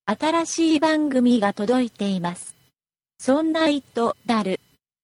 新しい番組が届いています。そんな糸だる。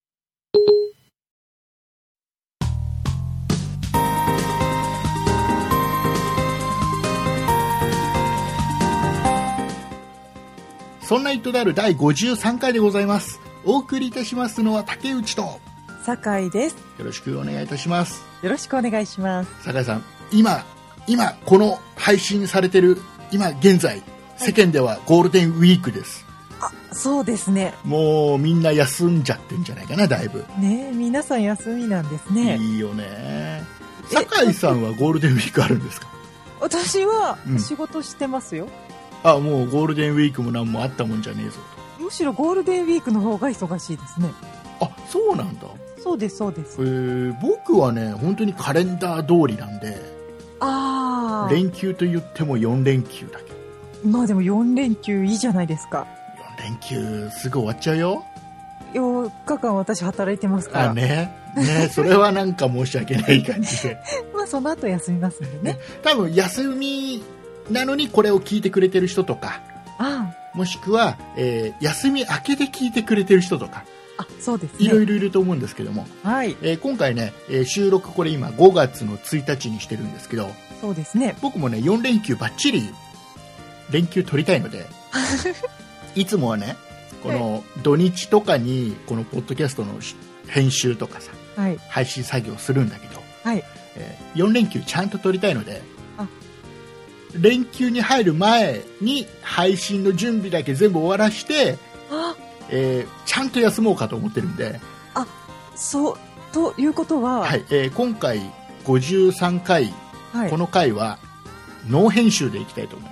そんな糸である第53回でございます。お送りいたしますのは竹内と酒井です。 よろしくお願いいたします。 よろしくお願いします。 酒井さん、今この配信されてる今現在、世間ではゴールデンウィークです。 あ、そうですね。 もうみんな休んじゃってんじゃないかな、だいぶね。皆さん休みなんですね。 いいよね。酒井さんはゴールデンウィークあるんですか？ 私は仕事してますよ。 あ、もうゴールデンウィークも何もあったもんじゃねえぞと。むしろゴールデンウィークの方が忙しいですね。 あ、そうなんだ。 そうですそうです。 僕はね、本当にカレンダー通りなんで、連休と言っても4連休だけど。 まあでも4連休いいじゃないですか。 4連休すぐ終わっちゃうよ。 4日間私働いてますから。 あ、ね、それはなんか申し訳ない感じでまあその後休みますんでね。 多分休みなのにこれを聞いてくれてる人とか、もしくは、休み明けで聞いてくれてる人とか、 そうですね、 いろいろいると思うんですけども、 はい。 今回ね、収録これ今5月の1日にしてるんですけど、 そうですね、 僕もね4連休ばっちり連休取りたいのでいつもはねこの土日とかにこのポッドキャストの編集とかさ、 はい、 配信作業するんだけど、 はい、 4連休ちゃんと取りたいので、連休に入る前に配信の準備だけ全部終わらして、ちゃんと休もうかと思ってるんで。 そうということは、 はい、今回53回、はい、この回はノー編集でいきたいと思い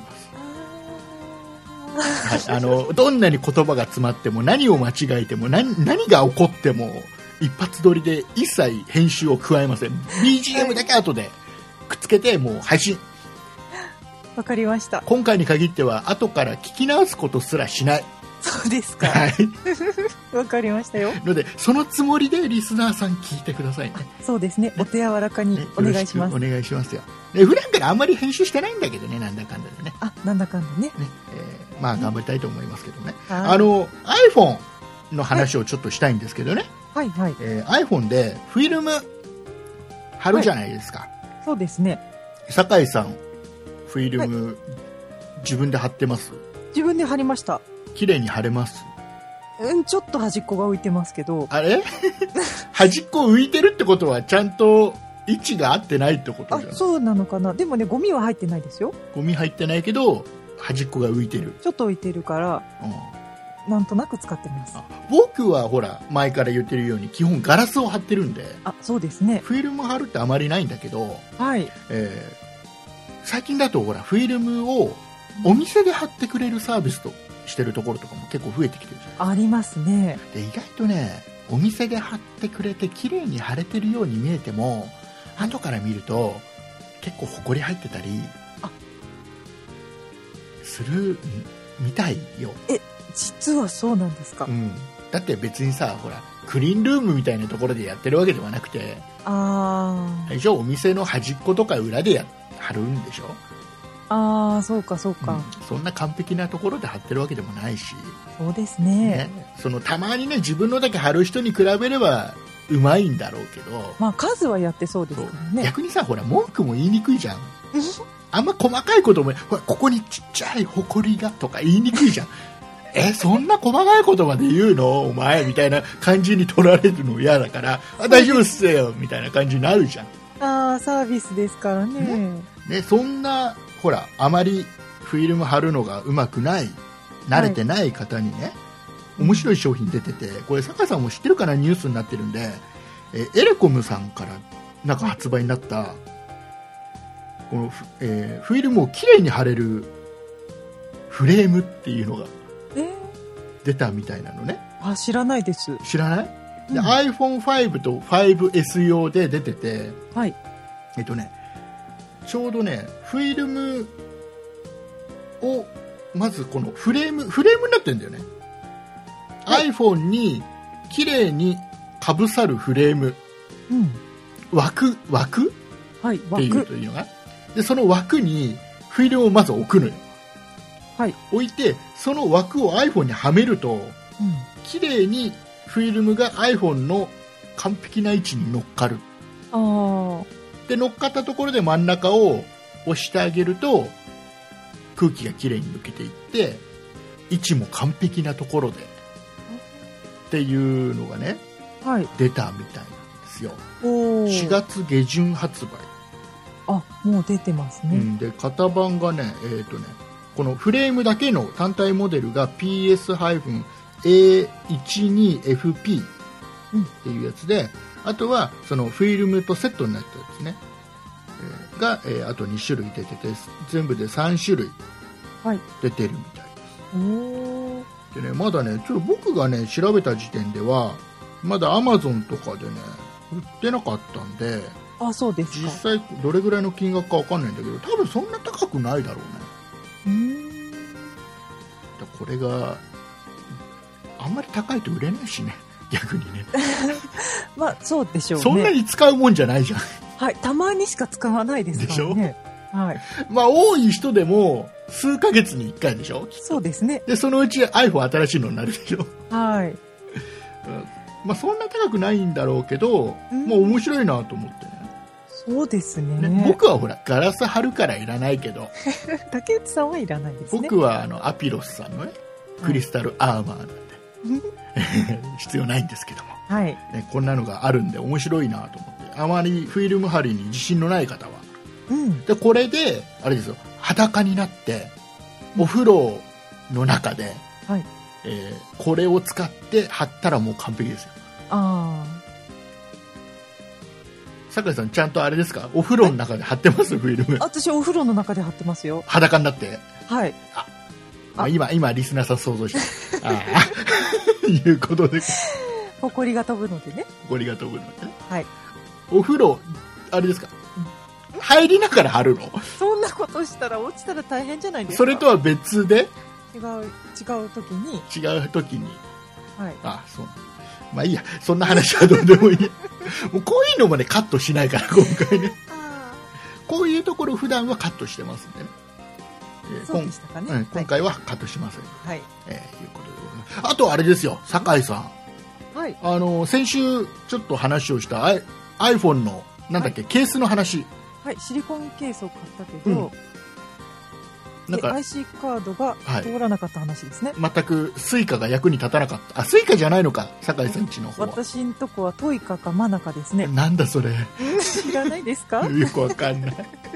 ます。はい、どんなに言葉が詰まっても何を間違えても 何が起こっても一発撮りで一切編集を加えません。 BGM だけ後でくっつけてもう配信。 わかりました。 今回に限っては後から聞き直すことすらしない。 そうですか。 はい。 わかりましたよ。 のでそのつもりでリスナーさん聞いてくださいね。 そうですね。お手柔らかにお願いします。 お願いしますよ。で普段からあんまり編集してないんだけどね、なんだかんだでね。 なんだかんだね。 まあ頑張りたいと思いますけどね。iPhone の話をちょっとしたいんですけどね。 はいはい。 iPhone でフィルム貼るじゃないですか。 そうですね。 酒井さんフィルム、自分で貼ってます？ 自分で貼りました。 綺麗に貼れます？ ちょっと端っこが浮いてますけど。あれ端っこ浮いてるってことはちゃんと位置が合ってないってことじゃない？ そうなのかな。でもね、ゴミは入ってないですよ。 ゴミ入ってないけど端っこが浮いてる。 ちょっと浮いてるから、なんとなく使ってます。 僕はほら前から言ってるように基本ガラスを貼ってるんで。 そうですね。 フィルム貼るってあまりないんだけど、 はい。 最近だとほらフィルムをお店で貼ってくれるサービスとしてるところとかも結構増えてきてるじゃない。 ありますね。 で意外とね、お店で貼ってくれて綺麗に貼れてるように見えても後から見ると結構ホコリ入ってたりするみたいよ。 実はそうなんですか？ だって別にさ、ほらクリーンルームみたいなところでやってるわけではなくて、最初お店の端っことか裏で貼るんでしょ。 そうかそうか、 そんな完璧なところで貼ってるわけでもないし。 そうですね。 たまにね、自分のだけ貼る人に比べればうまいんだろうけど、 まあ数はやってそうですからね。 逆にさ、ほら文句も言いにくいじゃんあんま細かいことも、ほらここにちっちゃいホコリがとか言いにくいじゃんそんな細かいことまで言うのお前みたいな感じに取られるの嫌だから、大丈夫っすよみたいな感じになるじゃん。 サービスですからね。 そんなほらあまりフィルム貼るのがうまくない、慣れてない方にね、面白い商品出てて、これ坂さんも知ってるかな、ニュースになってるんで、エレコムさんからなんか発売になったこのフィルムをきれいに貼れるフレームっていうのが出たみたいなのね。 知らないです。 知らない？で、iPhone5 と 5S 用で出てて、ちょうどね、フィルムをまずこのフレームになってるんだよね。iPhone に綺麗にかぶさるフレーム、枠っていうといいのが、でその枠にフィルムをまず置くのよ。 はい。 置いて、その枠を iPhone にはめると、 うん。 綺麗にフィルムが iPhone の完璧な位置に乗っかる。 ああ。 で、乗っかったところで真ん中を押してあげると、空気が綺麗に抜けていって、位置も完璧なところで、っていうのがね、 はい。 出たみたいなんですよ。 お 4 ー。 月下旬発売。 あ、もう出てますね。 うん、で型番がね、このフレームだけの単体モデルが PS-A12FP っていうやつで、あとはそのフィルムとセットになったやつね、が、あと2種類出てて、全部で3種類はい。 出てるみたいおー。 でね、まだね、ちょっと僕がね調べた時点ではまだ Amazon とかでね売ってなかったんで、 あ、そうです実か。 際どれぐらいの金額かわかんないんだけど、多分そんな高くないだろうね。 うーん。 これがあんまり高いと売れないしね、逆にね。 まあ、そうでしょうね。 そんなに使うもんじゃないじゃん。 はい。たまにしか使わないですからね。はい。 まあ多い人でも数ヶ月に1回でしょ。 そうですね。 でそのうち iPhone 新しいのになるでしょ。 はい。 まあそんな高くないんだろうけど、 うんもう面白いなと思ってね。 そうですね。 僕はほらガラス貼るからいらないけど、 竹内さんはいらないですね。 僕はアピロスさんのねクリスタルアーマーなんで、必要ないんですけども、 はい。 ね、こんなのがあるんで面白いなと思って、あまりフィルム貼りに自信のない方はうん。 でこれであれですよ、裸になってお風呂の中で、 はい。 これを使って貼ったらもう完璧ですよ。 あ酒井さんちゃんとあれですか、お風呂の中で貼ってますフィルムあ。私、お風呂の中で貼ってますよ。 裸になって、 はい。 まあ、今リスナーさん想像してああいうことでほこりが飛ぶのでね。 これが飛ぶのね。 はい。 お風呂あれですか、入りながら貼るの？ そんなことしたら落ちたら大変じゃないですか。 それとは別で違う時に。 違う時に、 はい。 あ、そう、まあいいや、そんな話はどうでもいいもうこういうのもねカットしないから今回ね、 あこういうところ普段はカットしてますんでね、 あ、そうでしたかね。 今回はカットしません、 はい。 いうことでございます。あとあれですよ、酒井さん、 はい。 先週ちょっと話をした iPhone のなんだっけ、ケースの話、 はい。シリコンケースを買ったけど、で、 なんか IC カードが通らなかった話ですね。 全くスイカが役に立たなかった。あ、スイカじゃないのか、酒井さんちの方は。 私んとこはトイカかマナカですね。 なんだそれ知らないですか？ よくわかんない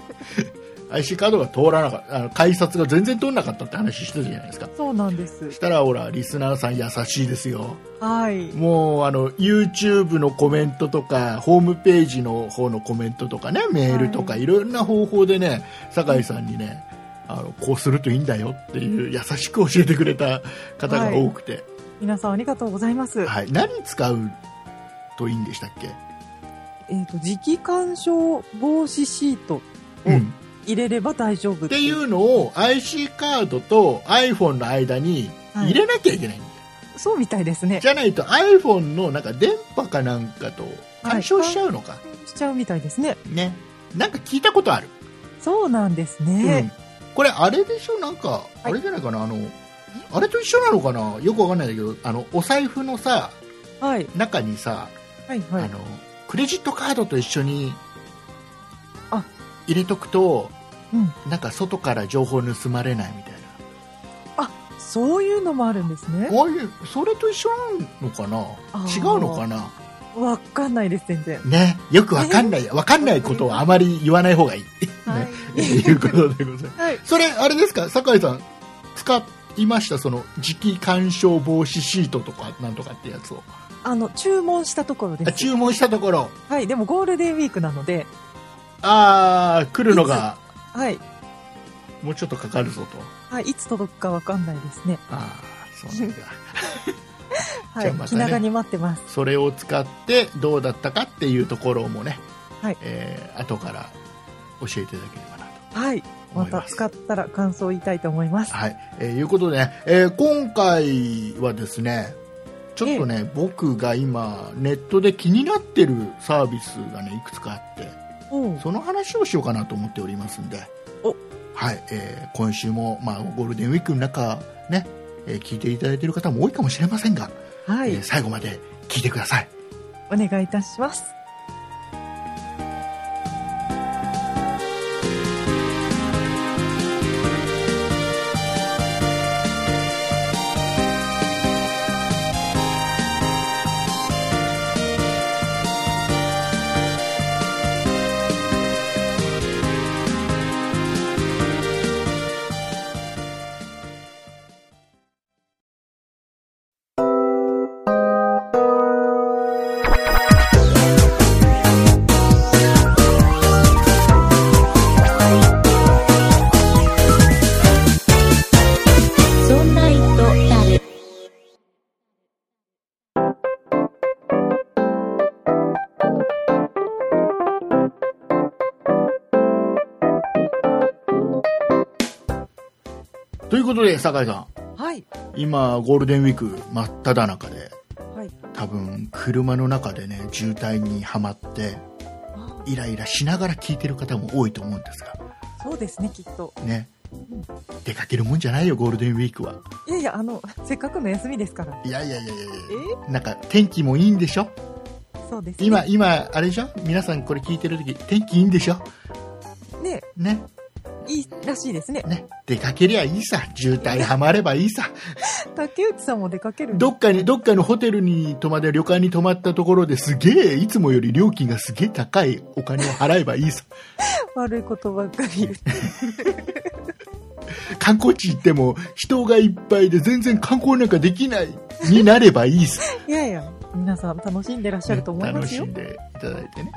IC カードが通らなかった、改札が全然通らなかったって話してたじゃないですか。 そうなんですそ。したらほらリスナーさん優しいですよ。 はい。 もうYouTube のコメントとかホームページの方のコメントとかね、メールとか、いろんな方法でね、酒井さんにね、こうするといいんだよっていう優しく教えてくれた方が多くて、 皆さんありがとうございます。 はい、何使うといいんでしたっけ？ 磁気干渉防止シートを入れれば大丈夫っていうのを IC カードと iPhone の間に入れなきゃいけないんだよ、 そうみたいですね。 じゃないと iPhone のなんか電波かなんかと干渉しちゃうのか、 しちゃうみたいですね。 ね、なんか聞いたことある。 そうなんですね。 これあれでしょ、なんかあれじゃないかな、あれと一緒なのかな、よくわかんないんだけど、お財布のさはい。 中にさ、 はいはい。 クレジットカードと一緒にあ入れとくと、 うん。 なんか外から情報盗まれないみたいな、 そういうのもあるんですね。 こういうそれと一緒なのかな、違うのかなわかんないです、全然。 ね、よくわかんない、わかんないことはあまり言わない方がいい、 はいね、いうことでございます。 はい。 それあれですか、酒井さん使いました、その磁気干渉防止シートとかなんとかってやつを。 注文したところです。 注文したところ、 はい。でもゴールデンウィークなので、 来るのがはい。 もうちょっとかかるぞと。 はい。いつ届くかわかんないですね。 そうなんだはい。 じゃあまたね気長に待ってます。 それを使ってどうだったかっていうところもね、 はい。 後から教えていただければなとはい。また思います。 使ったら感想を言いたいと思います。 はい、いうことでね、今回はですね、ちょっとね、僕が今ネットで気になってるサービスがねいくつかあって、 おうその話をしようかなと思っておりますんで、 はい、今週も、ゴールデンウィークの中ね、聞いていただいている方も多いかもしれませんが、 はい、 最後まで聞いてください。 お願いいたします。 ということで、酒井さん、 はい、 今ゴールデンウィーク真っ只中で、 はい、 多分車の中でね渋滞にはまってイライラしながら聞いてる方も多いと思うんですが、 そうですね、きっとね、出かけるもんじゃないよゴールデンウィークは。 いやいや、せっかくの休みですから。 いやなんか天気もいいんでしょ。 そうですね、 今あれでしょ、皆さんこれ聞いてる時天気いいんでしょね、 いいらしいですね。 出かけりゃいいさ、渋滞はまればいいさ。 竹内さんも出かけるんどっかのホテルに泊まって旅館に泊まったところですげえいつもより料金がすげえ高いお金を払えばいいさ。 悪いことばっかり言う。 観光地行っても人がいっぱいで全然観光なんかできないになればいいさ。 いやいや、皆さん楽しんでらっしゃると思いますよ。 楽しんでいただいてね。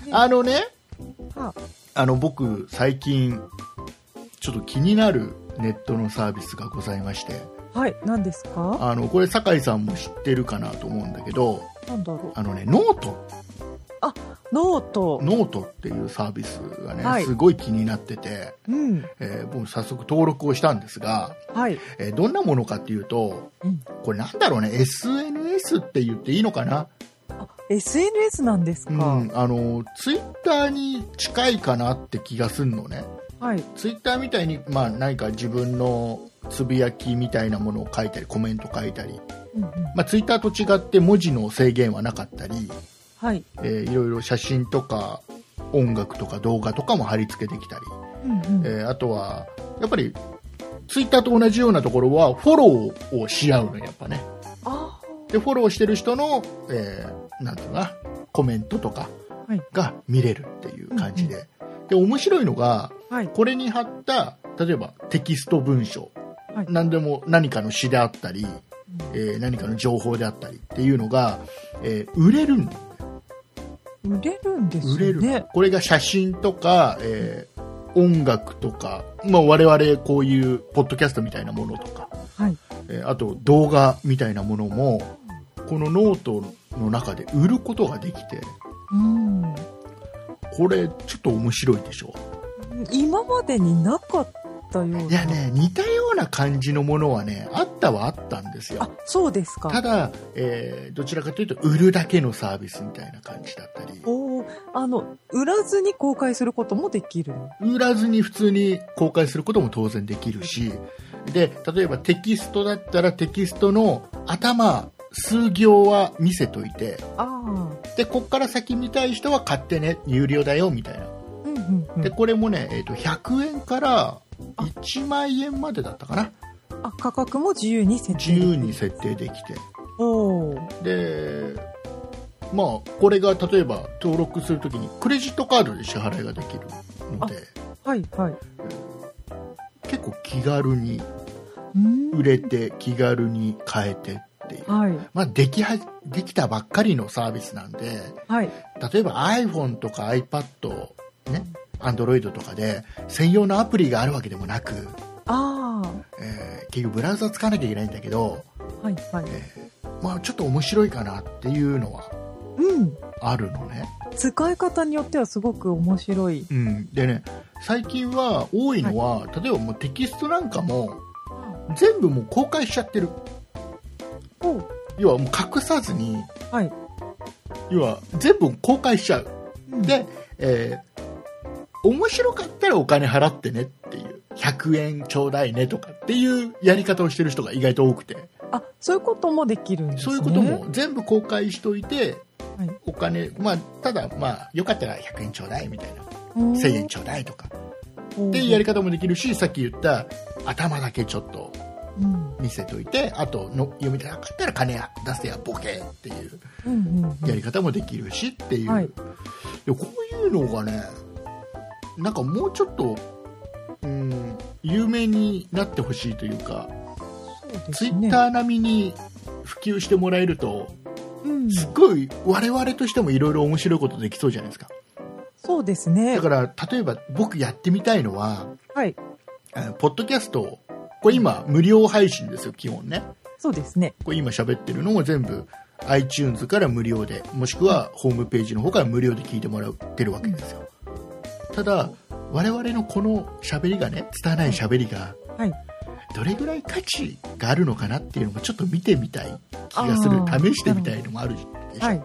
僕最近ちょっと気になるネットのサービスがございまして。 はい、何ですか？ これ酒井さんも知ってるかなと思うんだけど、 なんだろう。 ノート。 ノートっていうサービスがね、 はい、 すごい気になってて、僕早速登録をしたんですが、 はい、 どんなものかっていうと、これなんだろうね、SNS って言っていいのかな。 SNS なんですか。 ツイッターに近いかなって気がするのね。 はい、 ツイッターみたいに、何か自分のつぶやきみたいなものを書いたりコメント書いたり、ツイッターと違って文字の制限はなかったり、 はい、 いろいろ写真とか音楽とか動画とかも貼り付けてきたり、あとはやっぱりツイッターと同じようなところはフォローをし合うの、やっぱね。でフォローしてる人の、なんていうかな、コメントとかが見れるっていう感じで、で面白いのが、これに貼った例えばテキスト文章、何でも何かの詩であったり、何かの情報であったりっていうのが、売れるんですね。これが写真とか、音楽とか、我々こういうポッドキャストみたいなものとか、あと動画みたいなものもこのノートの中で売ることができて、これちょっと面白いでしょ。 今までになかったような。 いやね、似たような感じのものはね、あったんですよ。 そうですか。 ただ、どちらかというと売るだけのサービスみたいな感じだったり。 売らずに公開することもできる。 売らずに普通に公開することも当然できるし、で例えばテキストだったらテキストの頭数行は見せといて、でこっから先見たい人は買ってね、有料だよみたいな。でこれもね、100円から1万円までだったかな。 価格も自由に設定できて、でこれが例えば登録するときにクレジットカードで支払いができるので、結構気軽に売れて気軽に買えてっていう、できたばっかりのサービスなんで、例えば iPhone とか iPad ね、Android とかで専用のアプリがあるわけでもなく、結局ブラウザ使わなきゃいけないんだけど、ちょっと面白いかなっていうのはあるのね。 使い方によってはすごく面白い。 でね、最近は多いのは、例えばもうテキストなんかも全部もう公開しちゃってる。要はもう隠さずに、要は全部公開しちゃう。で、面白かったらお金払ってねっていう。 100円ちょうだいねとかっていうやり方をしてる人が意外と多くて、 あ、そういうこともできるんですね。 そういうことも全部公開しといて、 はい、 お金、まあ、ただ、まあ、よかったら100円ちょうだいみたいな、1000円ちょうだいとかっていうやり方もできるし、さっき言った頭だけちょっと見せといて、あとの読みたかったら金出せやボケっていうやり方もできるしっていう、はい、でこういうのがね、なんかもうちょっと、有名になってほしいというか、ツイッター並みに普及してもらえると、すっごい我々としてもいろいろ面白いことできそうじゃないですか。 そうですね。 だから例えば僕やってみたいのは、 はい、 ポッドキャスト、これ今無料配信ですよ、基本ね。 そうですね。 これ今喋ってるのも全部 iTunes から無料で、もしくはホームページの方から無料で聞いてもらってるわけですよ。ただ我々のこの喋りがね、拙い喋りが、はい、どれぐらい価値があるのかなっていうのもちょっと見てみたい気がする、試してみたいのもあるでしょ、はいはい、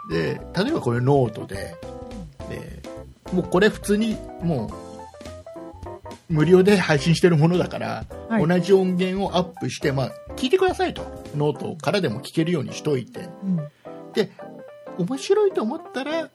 で例えばこれノートでもうこれ普通にもう無料で配信してるものだから、はい、同じ音源をアップして、まあ、聞いてくださいと、ノートからでも聞けるようにしといて、で面白いと思ったら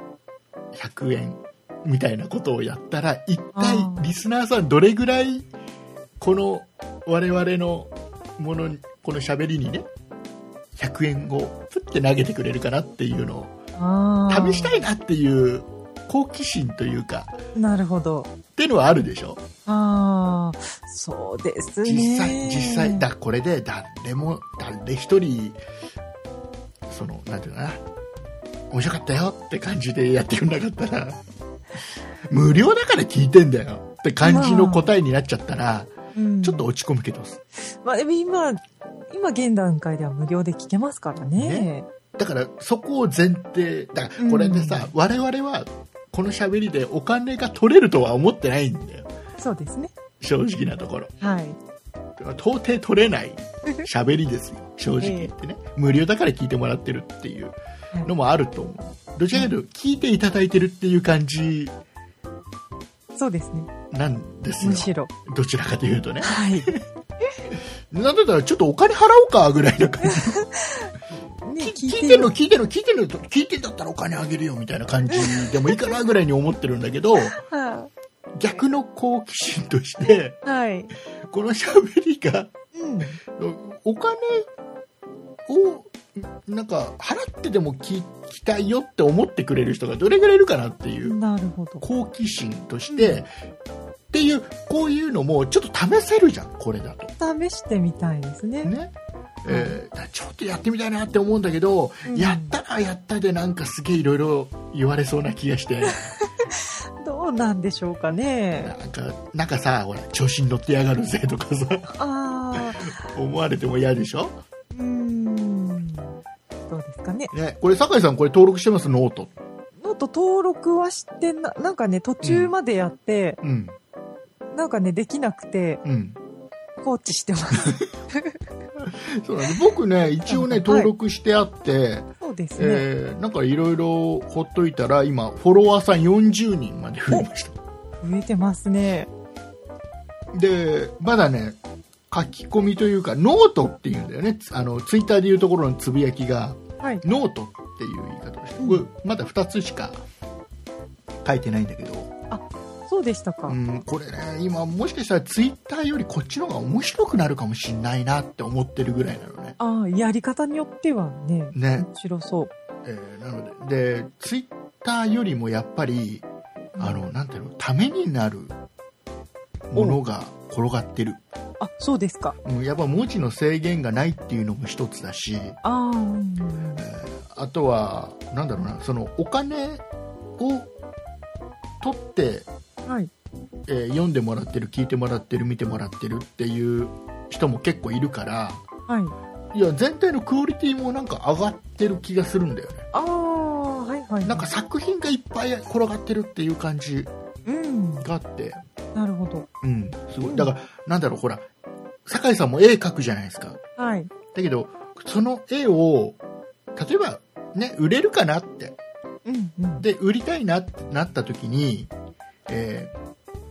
100円みたいなことをやったら、一体リスナーさんどれぐらいこの我々のもの、この喋りにね100円をプッて投げてくれるかなっていうのを試したいなっていう好奇心というか、 なるほどっていうのはあるでしょ。 ああ、そうですね。 実際だ、これで誰一人そのなんていうかな、面白かったよって感じでやってくれなかったら無料だから聞いてんだよって感じの答えになっちゃったら、ちょっと落ち込むけど、 まあ、でも今現段階では無料で聞けますからね。 だからそこを前提だから、これでさ、我々はこの喋りでお金が取れるとは思ってないんだよ。 そうですね、 正直なところ、 はい、 到底取れない喋りですよ正直言ってね、無料だから聞いてもらってるっていうのもあると思う。どちらかというと聞いていただいてるっていう感じ、 そうですね、 なんですよ。 むしろどちらかというとね、 はい、 なんだったらちょっとお金払おうかぐらいな感じね、聞いてんの聞いてんだったらお金あげるよみたいな感じでもいいかなぐらいに思ってるんだけど、逆の好奇心として、はい、この喋りが、お金をなんか払ってでも聞きたいよって思ってくれる人がどれぐらいいるかなっていう好奇心として、っていう、こういうのもちょっと試せるじゃん、これだと。 試してみたいですね。 ちょっとやってみたいなって思うんだけど、やったらやったでなんかすげえいろいろ言われそうな気がしてどうなんでしょうかね。 なんかさ、ほら調子に乗ってやがるぜとかさ思われても嫌でしょ。 どうですかね。 これ酒井さん、これ登録してます？ノート登録はしてなんかね、途中までやって、なんかねできなくて、放置してますそうなんです。僕ね、一応ね登録してあって、 そうですね、 なんかいろいろほっといたら今フォロワーさん40人まで増えました。 増えてますね。 でまだね書き込みというかノートっていうんだよね、ツイッターでいうところのつぶやきが、ノートっていう言い方をして、これまだ2つしか書いてないんだけど。 あ、そうでしたか。 これね、今もしかしたらツイッターよりこっちの方が面白くなるかもしれないなって思ってるぐらいなのね。 やり方によってはね、面白そう。 なのでツイッターよりもやっぱりなんていうの、ためになるものが転がってる。 あ、そうですか。 やっぱ文字の制限がないっていうのも一つだし、あとはなんだろうな、そのお金を取って、読んでもらってる、聞いてもらってる、見てもらってるっていう人も結構いるから、いや全体のクオリティもなんか上がってる気がするんだよね。なんか作品がいっぱい転がってるっていう感じがあって、 なるほど。 すごい。だからなんだろう、ほら酒井さんも絵描くじゃないですか。だけどその絵を例えばね、売れるかなって、で売りたいなってなった時に、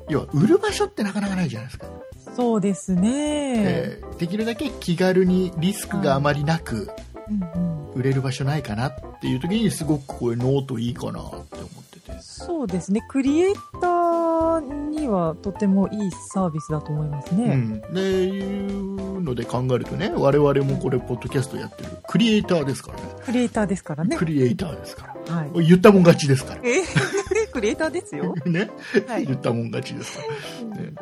要は売る場所ってなかなかないじゃないですか。 そうですね、 できるだけ気軽にリスクがあまりなく、売れる場所ないかなっていう時にすごくこれノートいいかなって思ってて。 そうですね、クリエイターにはとてもいいサービスだと思いますね。 でいうので考えるとね、我々もこれポッドキャストやってるクリエイターですからね。 クリエイターですからね。 クリエイターですから、 はい、 言ったもん勝ちですからクリエイターですよね、はい、言ったもん勝ちですから、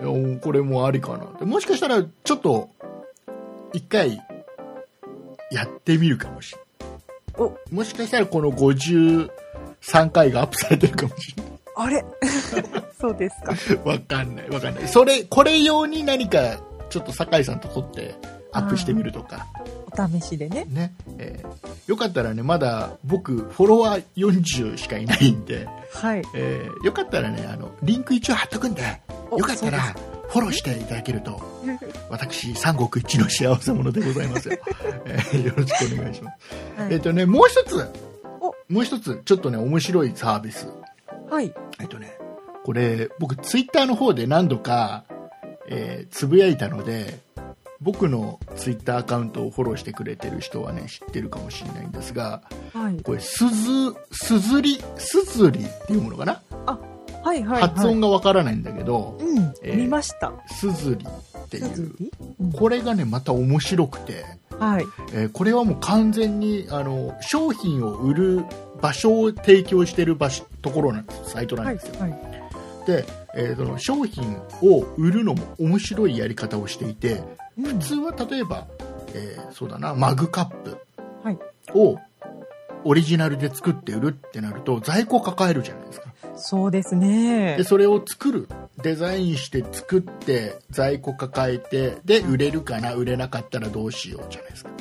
ね、これもありかな。もしかしたらちょっと一回やってみるかもしれない。もしかしたらこの53回がアップされてるかもしれない。 あれそうですか。 わかんない。これ用に何かちょっと酒井さんと撮ってアップしてみるとか。 お試しでね。 よかったらね、まだ僕フォロワー40しかいないんで、 はい。 よかったらね、リンク一応貼っとくんで、よかったらフォローしていただけると、私三国一の幸せ者でございますよ。よろしくお願いします。はい、もう一つちょっとね面白いサービス。 はい。 これ僕ツイッターの方で何度か、つぶやいたので、僕のツイッターアカウントをフォローしてくれてる人はね知ってるかもしれないんですが、 はい、 これすずりっていうものかな。 はいはいはい、 発音がわからないんだけど、 見ました。 すずりっていう、これがねまた面白くて、 はい、 これはもう完全に商品を売る場所を提供しているところなんです、サイトなんですよ。 はいはい、 で、その商品を売るのも面白いやり方をしていて、普通は例えば、そうだな、マグカップをオリジナルで作って売るってなると在庫を抱えるじゃないですか。 そうですね。 でそれを作る、デザインして作って在庫抱えて、で売れるかな、売れなかったらどうしようじゃないですか。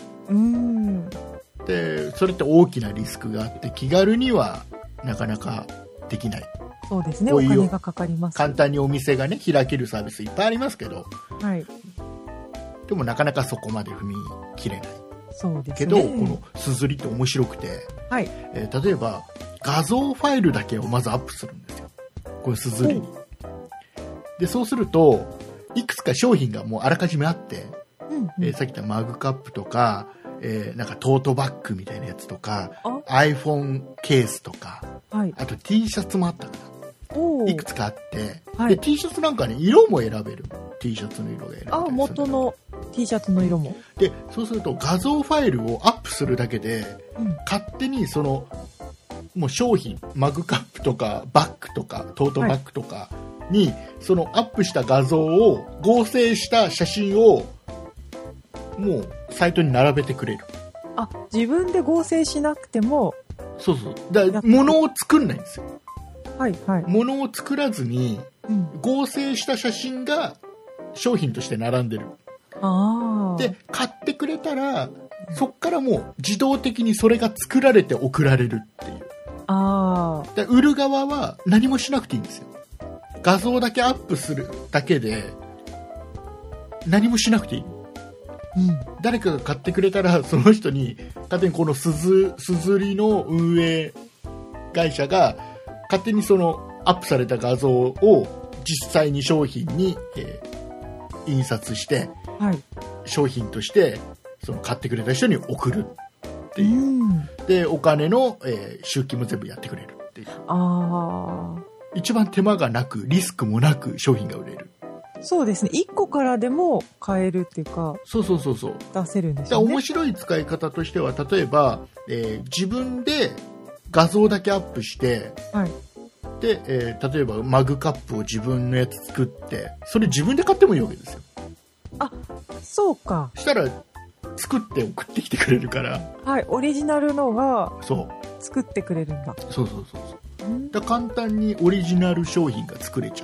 でそれって大きなリスクがあって気軽にはなかなかできない。 そうですね、お金がかかります。 簡単にお店がね開けるサービスいっぱいありますけど、 はい、 でもなかなかそこまで踏み切れない。 そうですね。 けどこのすずりって面白くて、 はい、 例えば画像ファイルだけをまずアップするんですよ、これすずりに。でそうするといくつか商品がもうあらかじめあって、さっき言ったマグカップとか、なんかトートバッグみたいなやつとか iPhone ケースとか、 はい、 あと T シャツもあったかな、いくつかあって、 はい、 で T シャツなんかね色も選べる。 T シャツの色が選べたりする。 元の T シャツの色も。 でそうすると画像ファイルをアップするだけで、勝手にそのもう商品マグカップとかバッグとかトートバッグとかに、そのアップした画像を合成した写真をもうサイトに並べてくれる。 自分で合成しなくても。 そうだから物を作んないんですよ。 はいはい。 物を作らずに、合成した写真が商品として並んでる。で買ってくれたらそっからもう自動的にそれが作られて送られるっていう。で売る側は何もしなくていいんですよ。画像だけアップするだけで何もしなくていい。誰かが買ってくれたらその人に勝手にこのすずりの運営会社が勝手にそのアップされた画像を実際に商品に、印刷して、商品としてその買ってくれた人に送るっていう、でお金の、集金も全部やってくれるっていう。一番手間がなくリスクもなく商品が売れる。 そうですね、1個からでも買えるっていうか、 そう出せるんですよね。 面白い使い方としては例えば、自分で画像だけアップして、で例えばマグカップを自分のやつ作ってそれ自分で買ってもいいわけですよ。 そうか。 したら作って送ってきてくれるから、 オリジナルのが作ってくれるんだ。 そうだ簡単にオリジナル商品が作れちゃう。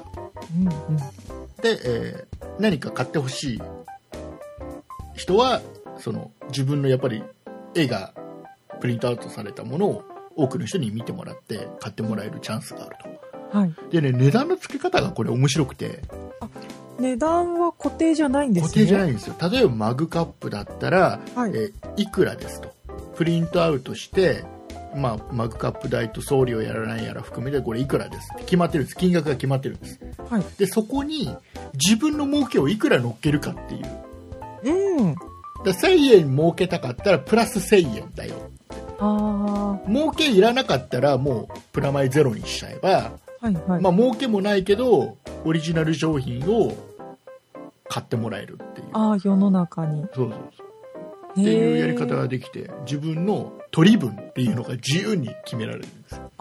で、何か買ってほしい人はその自分のやっぱり絵がプリントアウトされたものを多くの人に見てもらって買ってもらえるチャンスがあると。でね、値段の付け方がこれ面白くて、 値段は固定じゃないんですね。 固定じゃないんですよ。例えばマグカップだったら、いくらですとプリントアウトして、マグカップ代と送料やらないやら含めてこれいくらですって決まってるんです。金額が決まってるんです。 はい、 でそこに自分の儲けをいくら乗っけるかっていう、で1000円儲けたかったらプラス1000円だよ。儲けいらなかったらもうプラマイゼロにしちゃえば、儲けもないけどオリジナル商品を買ってもらえるっていう。 世の中に。 そうっていうやり方ができて、自分の取り分っていうのが自由に決められるんですよ。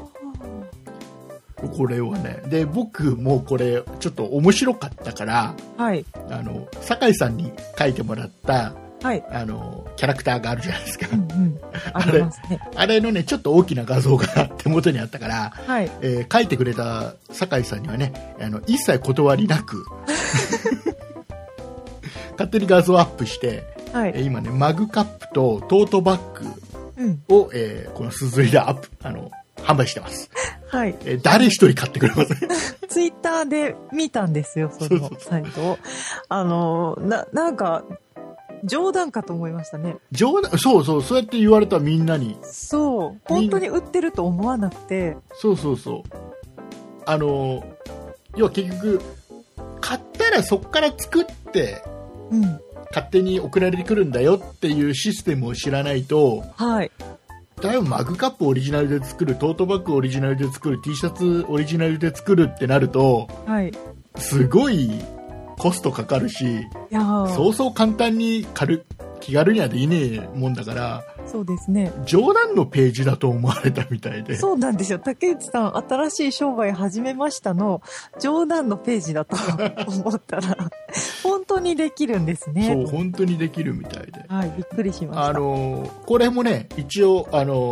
これはね、で僕もこれちょっと面白かったから、酒井さんに書いてもらった、キャラクターがあるじゃないですか。あれのねちょっと大きな画像が手元にあったから、書いてくれた酒井さんにはね、一切断りなく勝手に画像アップして、今ねマグカップとトートバッグを、このすずりで販売してます。誰一人買ってくれません。 ツイッターで見たんですよ、そのサイトを。なんか冗談かと思いましたね。 そうやって言われたみんなに。 本当に売ってると思わなくて。 要は結局買ったらそこから作って、勝手に送られてくるんだよっていうシステムを知らないと、例えばマグカップオリジナルで作る、トートバッグオリジナルで作る、T シャツオリジナルで作るってなると、すごいコストかかるし、そうそう簡単に気軽にはできねえもんだから。 そうですね。 冗談のページだと思われたみたいで。 そうなんですよ。竹内さん、新しい商売始めましたの冗談のページだと思ったら本当にできるんですね。 本当にできるみたいで。 びっくりしました。 これもね、一応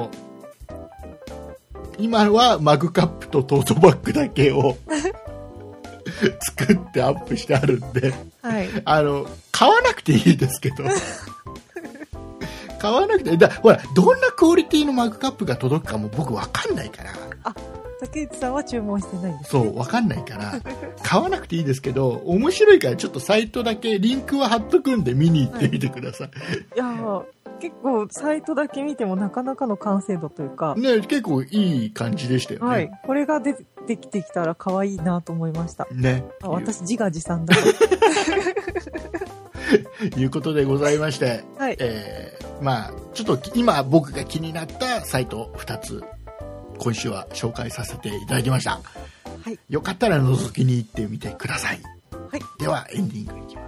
今はマグカップとトートバッグだけを作ってアップしてあるんで、買わなくていいですけど。買わなくて、ほら、どんなクオリティのマグカップが届くかも僕わかんないから。 竹内さんは注文してないんですね。 わかんないから、買わなくていいですけど、面白いからちょっとサイトだけ、リンクは貼っとくんで見に行ってみてください。 結構サイトだけ見てもなかなかの完成度というか。 ね、結構いい感じでしたよね。 これが出てきてきたら可愛いなと思いました。 ね。 私自画自賛だ。 いうことでございまして、ちょっと今僕が気になったサイト2つ今週は紹介させていただきました。よかったら覗きに行ってみてください。ではエンディングいきます。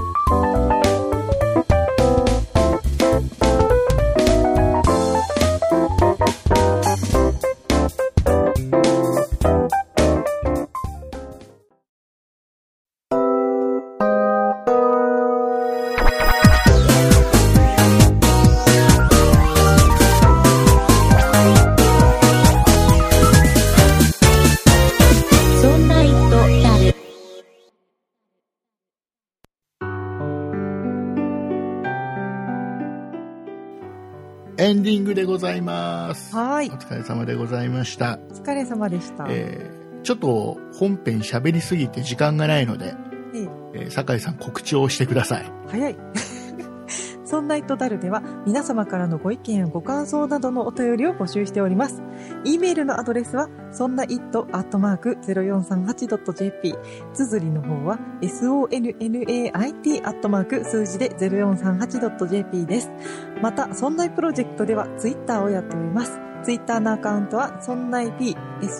エンディングでございます。お疲れ様でございました。 お疲れ様でした。 ちょっと本編喋りすぎて時間がないので、酒井さん告知をしてください。 早い。そんなイットダルでは皆様からのご意見やご感想などのお便りを募集しております。e メールのアドレスはそんな it@0438.jp、 綴りの方は sonnait@ 数字で 0438.jp です。またそんないプロジェクトではツイッターをやっております。ツイッターのアカウントはそんない P、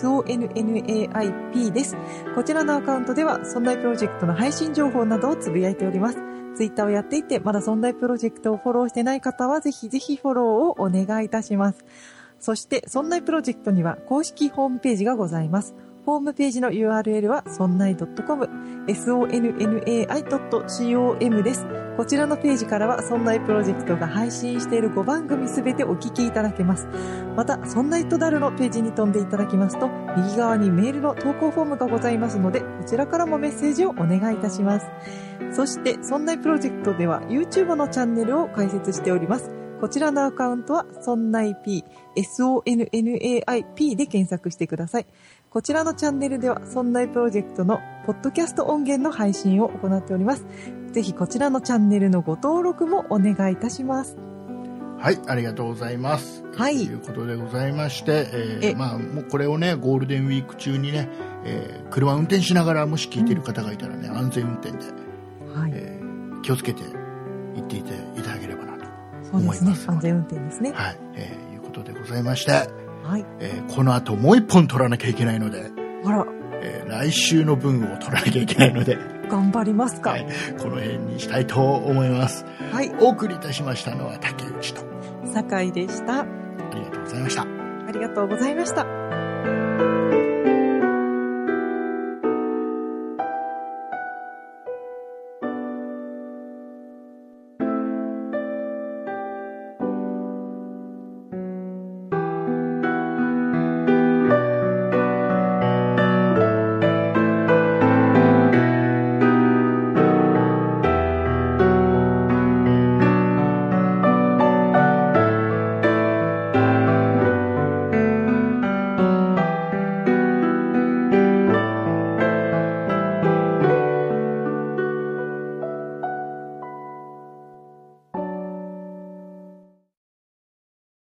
SONNAIP です。こちらのアカウントではそんないプロジェクトの配信情報などをつぶやいております。ツイッターをやっていてまだそんないプロジェクトをフォローしてない方はぜひぜひフォローをお願いいたします。そしてそんないプロジェクトには公式ホームページがございます。ホームページの URL はそんない .com、 sonnai.com です。こちらのページからはそんないプロジェクトが配信している5番組すべてお聞きいただけます。またそんないとダルのページに飛んでいただきますと右側にメールの投稿フォームがございますのでこちらからもメッセージをお願いいたします。そしてそんないプロジェクトでは YouTube のチャンネルを開設しております。こちらのアカウントはそんない P、 SONNAIP で検索してください。こちらのチャンネルではそんないプロジェクトのポッドキャスト音源の配信を行っております。ぜひこちらのチャンネルのご登録もお願いいたします。 はい、ありがとうございます。ということでございまして、もうこれをねゴールデンウィーク中にね、 車運転しながらもし聞いている方がいたらね、安全運転で、 はい。 気をつけて行っていただければなとそうですね。 思います。 安全運転ですね。 はい、いうことでございまして、 はい。 この後もう一本取らなきゃいけないので、 あら、 来週の分を取らなきゃいけないので、 頑張りますか。 はい、この辺にしたいと思います。 はい。 お送りいたしましたのは竹内と酒井でした。 ありがとうございました。 ありがとうございました。